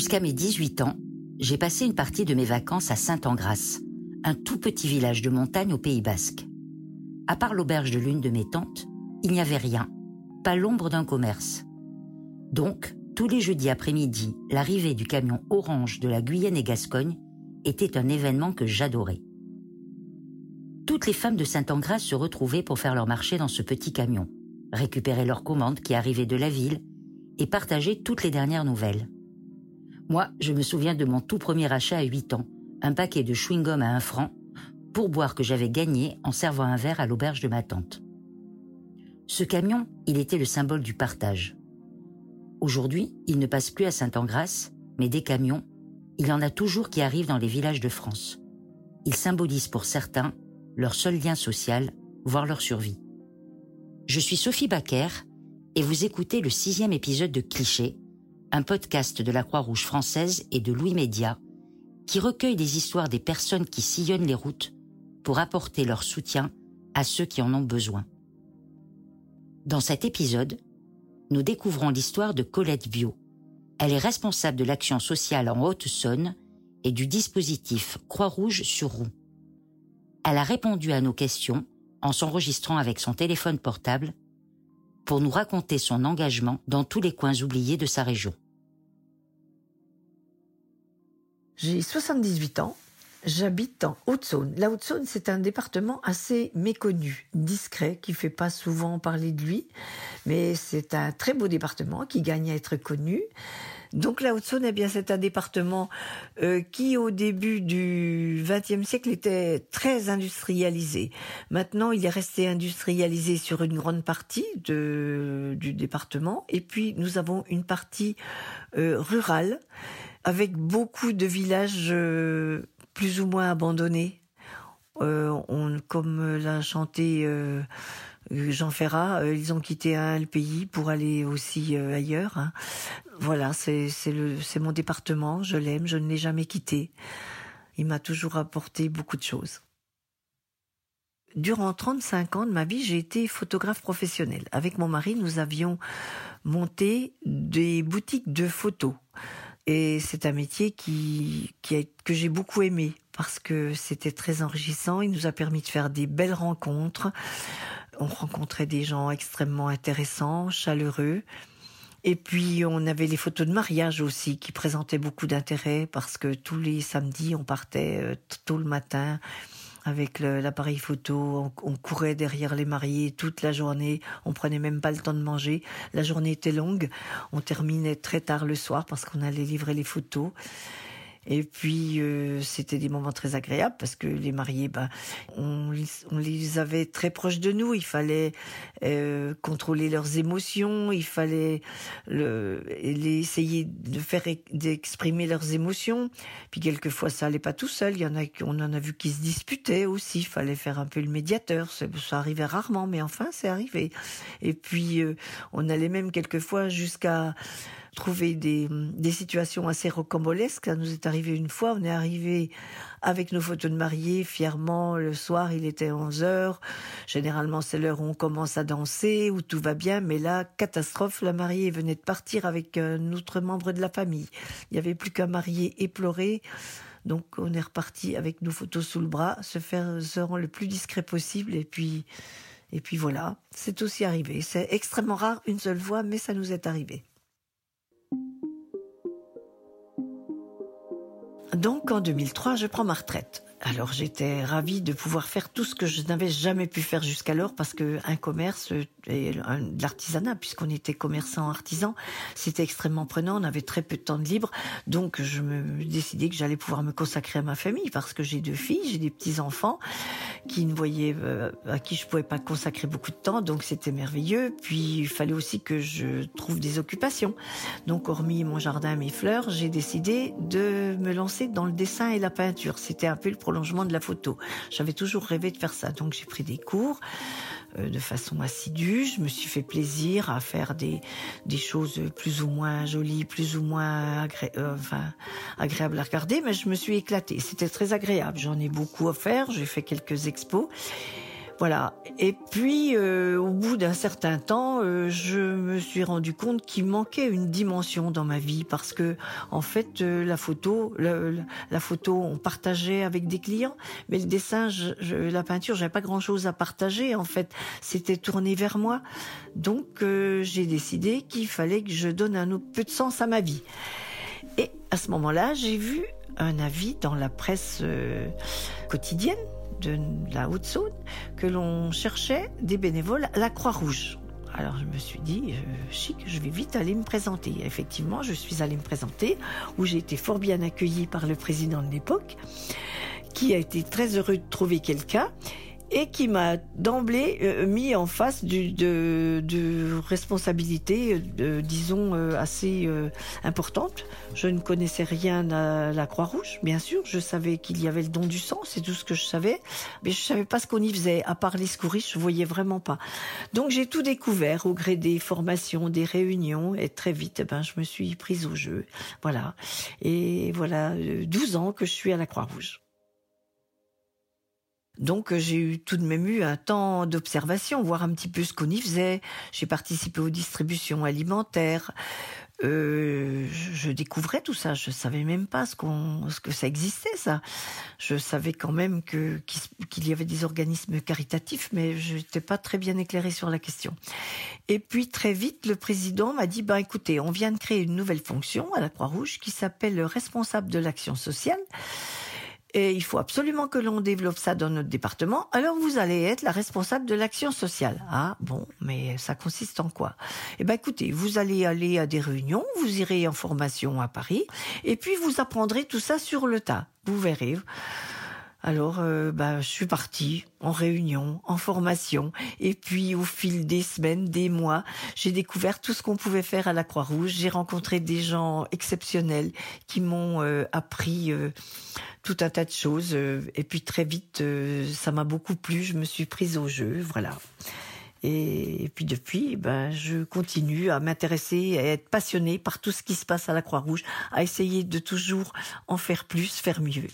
Jusqu'à mes 18 ans, j'ai passé une partie de mes vacances à Saint-Engrâce, un tout petit village de montagne au Pays Basque. À part l'auberge de l'une de mes tantes, il n'y avait rien, pas l'ombre d'un commerce. Donc, tous les jeudis après-midi, l'arrivée du camion orange de la Guyenne et Gascogne était un événement que j'adorais. Toutes les femmes de Saint-Engrâce se retrouvaient pour faire leur marché dans ce petit camion, récupérer leurs commandes qui arrivaient de la ville et partager toutes les dernières nouvelles. Moi, je me souviens de mon tout premier achat à 8 ans, un paquet de chewing-gum à 1 franc, pourboire que j'avais gagné en servant un verre à l'auberge de ma tante. Ce camion, il était le symbole du partage. Aujourd'hui, il ne passe plus à Saint-Engrâce, mais des camions, il y en a toujours qui arrivent dans les villages de France. Ils symbolisent pour certains leur seul lien social, voire leur survie. Je suis Sophie Baquer et vous écoutez le 6e épisode de Cliché, un podcast de la Croix-Rouge française et de Louis Média qui recueille des histoires des personnes qui sillonnent les routes pour apporter leur soutien à ceux qui en ont besoin. Dans cet épisode, nous découvrons l'histoire de Colette Bio. Elle est responsable de l'action sociale en Haute-Saône et du dispositif Croix-Rouge sur roue. Elle a répondu à nos questions en s'enregistrant avec son téléphone portable pour nous raconter son engagement dans tous les coins oubliés de sa région. J'ai 78 ans, j'habite en Haute-Saône. La Haute-Saône, c'est un département assez méconnu, discret, qui fait pas souvent parler de lui, mais c'est un très beau département qui gagne à être connu. Donc la Haute-Saône, eh bien, c'est un département qui, au début du XXe siècle, était très industrialisé. Maintenant, il est resté industrialisé sur une grande partie du département. Et puis, nous avons une partie rurale avec beaucoup de villages plus ou moins abandonnés. Comme l'a chanté Jean Ferrat, ils ont quitté le pays pour aller aussi ailleurs. Hein. Voilà, c'est mon département, je l'aime, je ne l'ai jamais quitté. Il m'a toujours apporté beaucoup de choses. Durant 35 ans de ma vie, j'ai été photographe professionnel. Avec mon mari, nous avions monté des boutiques de photos. Et c'est un métier que j'ai beaucoup aimé parce que c'était très enrichissant. Il nous a permis de faire des belles rencontres. On rencontrait des gens extrêmement intéressants, chaleureux. Et puis, on avait les photos de mariage aussi qui présentaient beaucoup d'intérêt parce que tous les samedis, on partait tôt le matin avec l'appareil photo, on courait derrière les mariés toute la journée, on prenait même pas le temps de manger, la journée était longue, on terminait très tard le soir parce qu'on allait livrer les photos. Et puis c'était des moments très agréables parce que les mariés, on les avait très proches de nous. Il fallait contrôler leurs émotions, il fallait essayer d'exprimer leurs émotions. Puis quelquefois ça allait pas tout seul. On en a vu qui se disputaient aussi. Il fallait faire un peu le médiateur. Ça arrivait rarement, mais enfin c'est arrivé. Et puis on allait même quelquefois jusqu'à trouver des situations assez rocambolesques. Ça nous est arrivé une fois, on est arrivé avec nos photos de mariés, fièrement, le soir, il était 11h. Généralement, c'est l'heure où on commence à danser, où tout va bien, mais là, catastrophe, la mariée venait de partir avec un autre membre de la famille. Il n'y avait plus qu'un marié éploré. Donc, on est reparti avec nos photos sous le bras, se rendre le plus discret possible, et puis voilà. C'est aussi arrivé. C'est extrêmement rare, une seule fois, mais ça nous est arrivé. Donc, en 2003, je prends ma retraite. Alors, j'étais ravie de pouvoir faire tout ce que je n'avais jamais pu faire jusqu'alors parce que un commerce et de l'artisanat, puisqu'on était commerçant artisan, c'était extrêmement prenant. On avait très peu de temps de libre. Donc, je me décidais que j'allais pouvoir me consacrer à ma famille parce que j'ai 2 filles, j'ai des petits-enfants à qui je pouvais pas consacrer beaucoup de temps. Donc, c'était merveilleux. Puis, il fallait aussi que je trouve des occupations. Donc, hormis mon jardin, mes fleurs, j'ai décidé de me lancer dans le dessin et la peinture. C'était un peu le prolongement de la photo. J'avais toujours rêvé de faire ça. Donc j'ai pris des cours de façon assidue. Je me suis fait plaisir à faire des choses plus ou moins jolies, plus ou moins agréables à regarder, mais je me suis éclatée. C'était très agréable. J'en ai beaucoup à faire. J'ai fait quelques expos. Voilà. Et puis, au bout d'un certain temps, je me suis rendu compte qu'il manquait une dimension dans ma vie parce que, en fait, la photo, on partageait avec des clients, mais le dessin, la peinture, j'avais pas grand-chose à partager. En fait, c'était tourné vers moi. Donc, j'ai décidé qu'il fallait que je donne un peu de sens à ma vie. Et à ce moment-là, j'ai vu un avis dans la presse quotidienne de la Haute-Saône que l'on cherchait des bénévoles à la Croix-Rouge. Alors je me suis dit, chic, je vais vite aller me présenter. Et effectivement, je suis allée me présenter, où j'ai été fort bien accueillie par le président de l'époque, qui a été très heureux de trouver quelqu'un et qui m'a d'emblée mis en face de responsabilités, disons, assez importantes. Je ne connaissais rien à la Croix-Rouge, bien sûr. Je savais qu'il y avait le don du sang, c'est tout ce que je savais. Mais je savais pas ce qu'on y faisait. À part les secouristes, je voyais vraiment pas. Donc j'ai tout découvert au gré des formations, des réunions. Et très vite, je me suis prise au jeu. Voilà. Et voilà, 12 ans que je suis à la Croix-Rouge. Donc j'ai tout de même eu un temps d'observation, voir un petit peu ce qu'on y faisait. J'ai participé aux distributions alimentaires. Je découvrais tout ça. Je savais même pas ce que ça existait, ça. Je savais quand même qu'il y avait des organismes caritatifs, mais je n'étais pas très bien éclairée sur la question. Et puis très vite, le président m'a dit écoutez, on vient de créer une nouvelle fonction à la Croix-Rouge qui s'appelle le responsable de l'action sociale. Et il faut absolument que l'on développe ça dans notre département. Alors vous allez être la responsable de l'action sociale. Ah bon, mais ça consiste en quoi ? Écoutez, vous allez aller à des réunions, vous irez en formation à Paris, et puis vous apprendrez tout ça sur le tas. Vous verrez. Alors, je suis partie en réunion, en formation, et puis au fil des semaines, des mois, j'ai découvert tout ce qu'on pouvait faire à la Croix-Rouge. J'ai rencontré des gens exceptionnels qui m'ont appris tout un tas de choses. Et puis très vite, ça m'a beaucoup plu. Je me suis prise au jeu, voilà. Et puis depuis, je continue à m'intéresser, à être passionnée par tout ce qui se passe à la Croix-Rouge, à essayer de toujours en faire plus, faire mieux.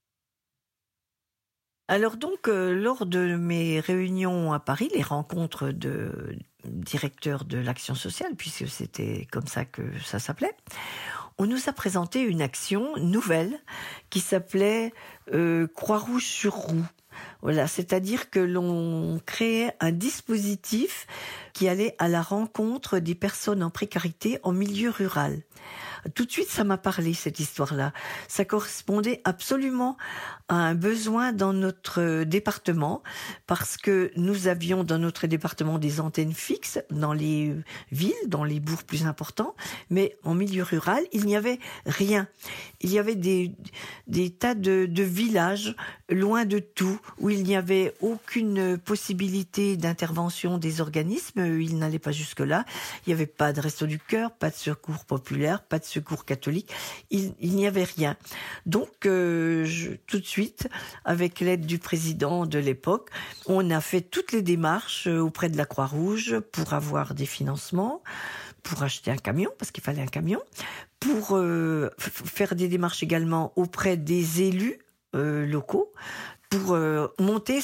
Alors donc, lors de mes réunions à Paris, les rencontres de directeurs de l'action sociale, puisque c'était comme ça que ça s'appelait, on nous a présenté une action nouvelle qui s'appelait Croix-Rouge sur roue. Voilà, c'est-à-dire que l'on créait un dispositif qui allait à la rencontre des personnes en précarité en milieu rural. Tout de suite, ça m'a parlé, cette histoire-là. Ça correspondait absolument à un besoin dans notre département, parce que nous avions dans notre département des antennes fixes dans les villes, dans les bourgs plus importants, mais en milieu rural, il n'y avait rien. Il y avait des tas de villages loin de tout, où il n'y avait aucune possibilité d'intervention des organismes, ils n'allaient pas jusque-là. Il n'y avait pas de Restos du Cœur, pas de secours populaire, pas de secours catholique, il n'y avait rien. Donc, tout de suite, avec l'aide du président de l'époque, on a fait toutes les démarches auprès de la Croix-Rouge pour avoir des financements, pour acheter un camion, parce qu'il fallait un camion, pour faire des démarches également auprès des élus locaux, pour monter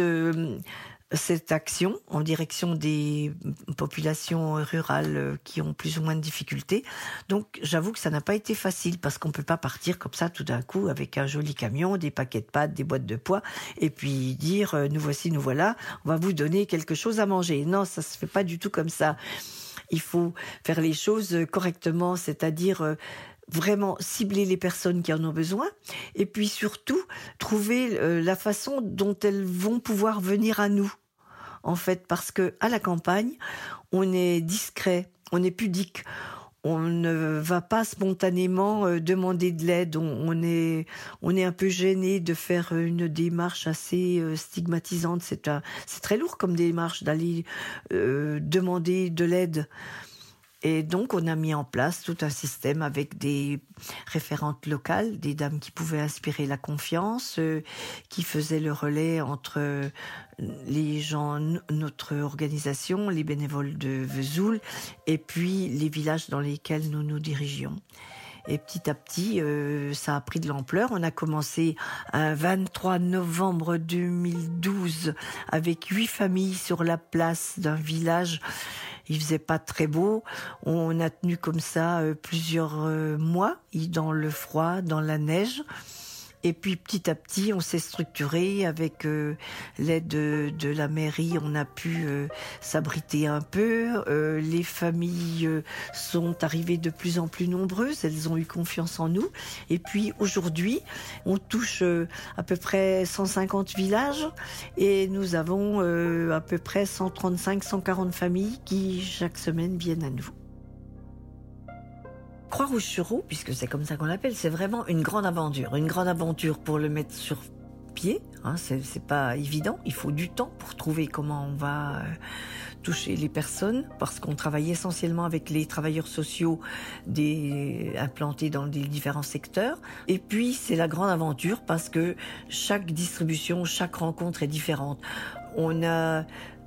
cette action en direction des populations rurales qui ont plus ou moins de difficultés. Donc j'avoue que ça n'a pas été facile parce qu'on peut pas partir comme ça tout d'un coup avec un joli camion, des paquets de pâtes, des boîtes de pois et puis dire nous voici, nous voilà, on va vous donner quelque chose à manger. Non, ça se fait pas du tout comme ça. Il faut faire les choses correctement, c'est-à-dire vraiment cibler les personnes qui en ont besoin et puis surtout trouver la façon dont elles vont pouvoir venir à nous. En fait, parce que à la campagne, on est discret, on est pudique, on ne va pas spontanément demander de l'aide. On est un peu gêné de faire une démarche assez stigmatisante. C'est très lourd comme démarche d'aller demander de l'aide. Et donc, on a mis en place tout un système avec des référentes locales, des dames qui pouvaient inspirer la confiance, qui faisaient le relais entre les gens, notre organisation, les bénévoles de Vesoul, et puis les villages dans lesquels nous nous dirigions. Et petit à petit, ça a pris de l'ampleur. On a commencé un 23 novembre 2012 avec 8 familles sur la place d'un village. Il faisait pas très beau. On a tenu comme ça plusieurs mois, dans le froid, dans la neige. Et puis petit à petit, on s'est structuré avec l'aide de la mairie. On a pu s'abriter un peu. Les familles sont arrivées de plus en plus nombreuses. Elles ont eu confiance en nous. Et puis aujourd'hui, on touche à peu près 150 villages et nous avons à peu près 135-140 familles qui chaque semaine viennent à nous. Croix-Rouge-sur-Eau, puisque c'est comme ça qu'on l'appelle, c'est vraiment une grande aventure. Une grande aventure pour le mettre sur pied. C'est pas évident. Il faut du temps pour trouver comment on va toucher les personnes, parce qu'on travaille essentiellement avec les travailleurs sociaux implantés dans les différents secteurs. Et puis, c'est la grande aventure parce que chaque distribution, chaque rencontre est différente. On a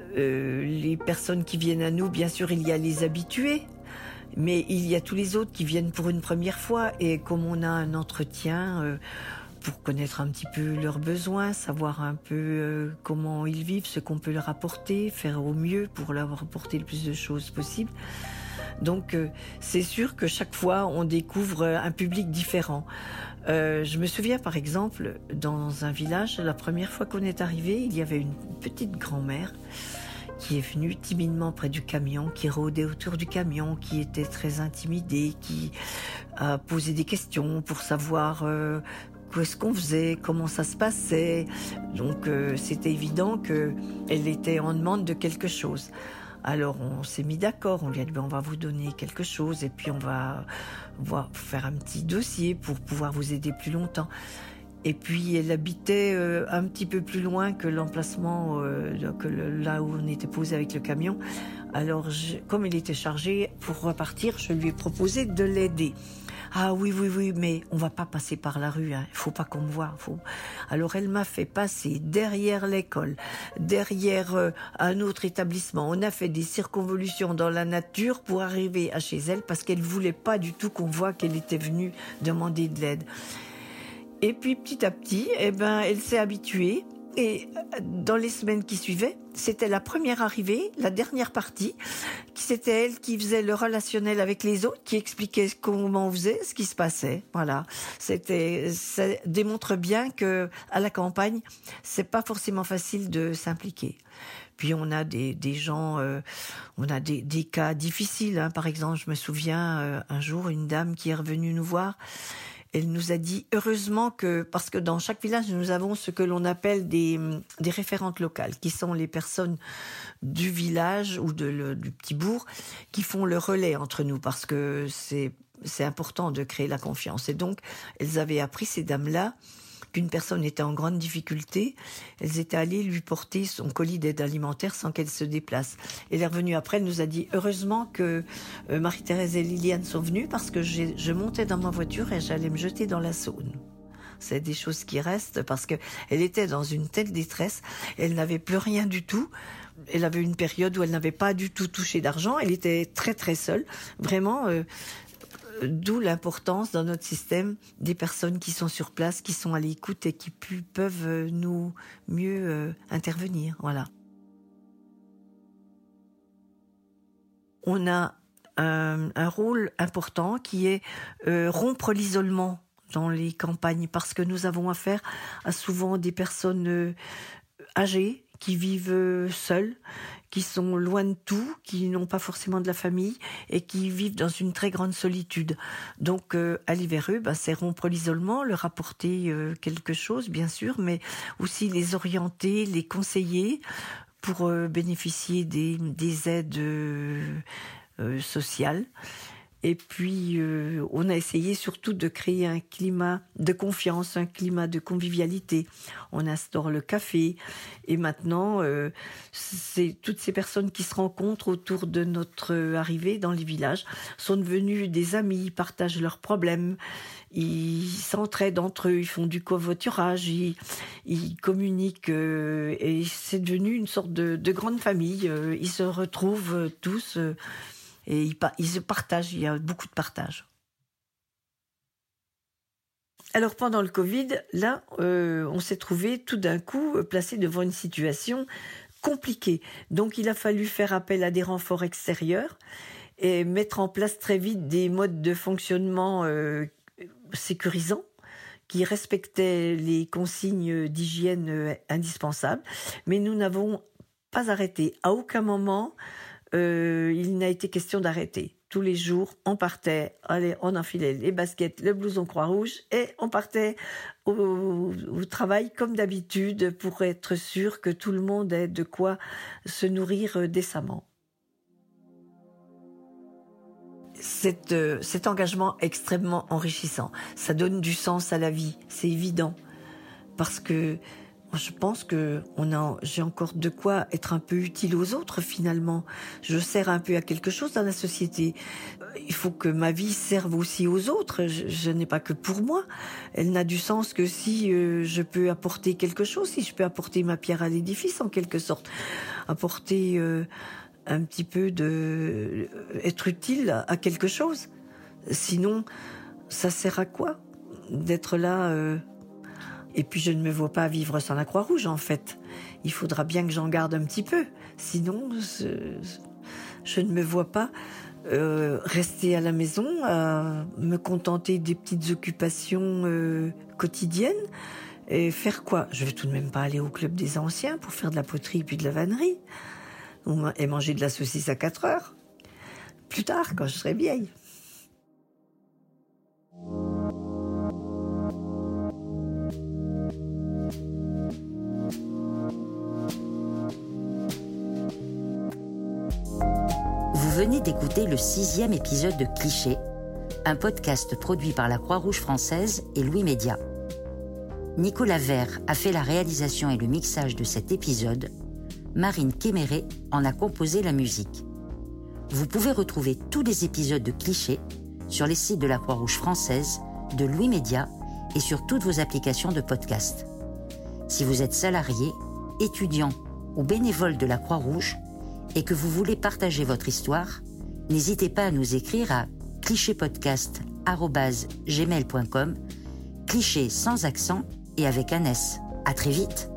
les personnes qui viennent à nous, bien sûr, il y a les habitués. Mais il y a tous les autres qui viennent pour une première fois et comme on a un entretien pour connaître un petit peu leurs besoins, savoir un peu comment ils vivent, ce qu'on peut leur apporter, faire au mieux pour leur apporter le plus de choses possible. Donc c'est sûr que chaque fois on découvre un public différent. Je me souviens par exemple dans un village, la première fois qu'on est arrivé, il y avait une petite grand-mère qui est venue timidement près du camion, qui rôdait autour du camion, qui était très intimidée, qui a posé des questions pour savoir qu'est-ce qu'on faisait, comment ça se passait. Donc c'était évident qu'elle était en demande de quelque chose. Alors on s'est mis d'accord, on lui a dit on va vous donner quelque chose et puis on va faire un petit dossier pour pouvoir vous aider plus longtemps. Et puis elle habitait un petit peu plus loin que l'emplacement, là où on était posé avec le camion. Alors comme il était chargé pour repartir, je lui ai proposé de l'aider. Ah oui, mais on va pas passer par la rue, hein. Il faut pas qu'on me voie. Alors elle m'a fait passer derrière l'école, derrière un autre établissement. On a fait des circonvolutions dans la nature pour arriver à chez elle parce qu'elle voulait pas du tout qu'on voie qu'elle était venue demander de l'aide. Et puis petit à petit, elle s'est habituée. Et dans les semaines qui suivaient, c'était la première arrivée, la dernière partie, c'était elle qui faisait le relationnel avec les autres, qui expliquait comment on faisait, ce qui se passait. Voilà, ça démontre bien que à la campagne, c'est pas forcément facile de s'impliquer. Puis on a des gens, on a des cas difficiles. Hein. Par exemple, je me souviens un jour une dame qui est revenue nous voir. Elle nous a dit heureusement parce que dans chaque village nous avons ce que l'on appelle des référentes locales, qui sont les personnes du village ou du petit bourg qui font le relais entre nous parce que c'est important de créer la confiance. Et donc elles avaient appris, ces dames-là, qu'une personne était en grande difficulté, elles étaient allées lui porter son colis d'aide alimentaire sans qu'elle se déplace. Elle est revenue après, elle nous a dit heureusement que Marie-Thérèse et Liliane sont venues parce que je montais dans ma voiture et j'allais me jeter dans la Saône. C'est des choses qui restent parce que elle était dans une telle détresse, elle n'avait plus rien du tout. Elle avait une période où elle n'avait pas du tout touché d'argent, elle était très très seule, vraiment. D'où l'importance dans notre système des personnes qui sont sur place, qui sont à l'écoute et qui peuvent nous mieux intervenir. Voilà. On a un rôle important qui est rompre l'isolement dans les campagnes parce que nous avons affaire à souvent des personnes âgées qui vivent seules, qui sont loin de tout, qui n'ont pas forcément de la famille et qui vivent dans une très grande solitude. Donc aller vers eux, c'est rompre l'isolement, leur apporter quelque chose bien sûr, mais aussi les orienter, les conseiller pour bénéficier des aides sociales. Et puis, on a essayé surtout de créer un climat de confiance, un climat de convivialité. On instaure le café. Et maintenant, c'est toutes ces personnes qui se rencontrent autour de notre arrivée dans les villages sont devenues des amis, ils partagent leurs problèmes, ils s'entraident entre eux, ils font du covoiturage, ils communiquent. Et c'est devenu une sorte de grande famille. Ils se retrouvent tous. Et ils se partagent, il y a beaucoup de partage. Alors pendant le Covid, là, on s'est trouvé tout d'un coup placé devant une situation compliquée. Donc il a fallu faire appel à des renforts extérieurs et mettre en place très vite des modes de fonctionnement sécurisants qui respectaient les consignes d'hygiène indispensables. Mais nous n'avons pas arrêté. À aucun moment, il n'a été question d'arrêter. Tous les jours, on partait, allez, on enfilait les baskets, le blouson Croix-Rouge et on partait au travail comme d'habitude pour être sûr que tout le monde ait de quoi se nourrir décemment. Cet engagement extrêmement enrichissant, ça donne du sens à la vie, c'est évident. Parce que je pense que j'ai encore de quoi être un peu utile aux autres finalement. Je sers un peu à quelque chose dans la société. Il faut que ma vie serve aussi aux autres. Je n'ai pas que pour moi. Elle n'a du sens que si je peux apporter quelque chose, si je peux apporter ma pierre à l'édifice en quelque sorte. Apporter un petit peu être utile à quelque chose. Sinon, ça sert à quoi d'être là Et puis je ne me vois pas vivre sans la Croix-Rouge en fait. Il faudra bien que j'en garde un petit peu. Sinon, je ne me vois pas rester à la maison, à me contenter des petites occupations quotidiennes. Et faire quoi? Je vais tout de même pas aller au club des anciens pour faire de la poterie puis de la vannerie. Et manger de la saucisse à 4 heures. Plus tard, quand je serai vieille. Vous venez d'écouter le 6e épisode de Cliché, un podcast produit par la Croix-Rouge française et Louis Média. Nicolas Vert a fait la réalisation et le mixage de cet épisode. Marine Kéméré en a composé la musique. Vous pouvez retrouver tous les épisodes de Cliché sur les sites de la Croix-Rouge française, de Louis Média et sur toutes vos applications de podcast. Si vous êtes salarié, étudiant ou bénévole de la Croix-Rouge et que vous voulez partager votre histoire, n'hésitez pas à nous écrire à clichépodcast@gmail.com, cliché sans accent et avec un S. À très vite.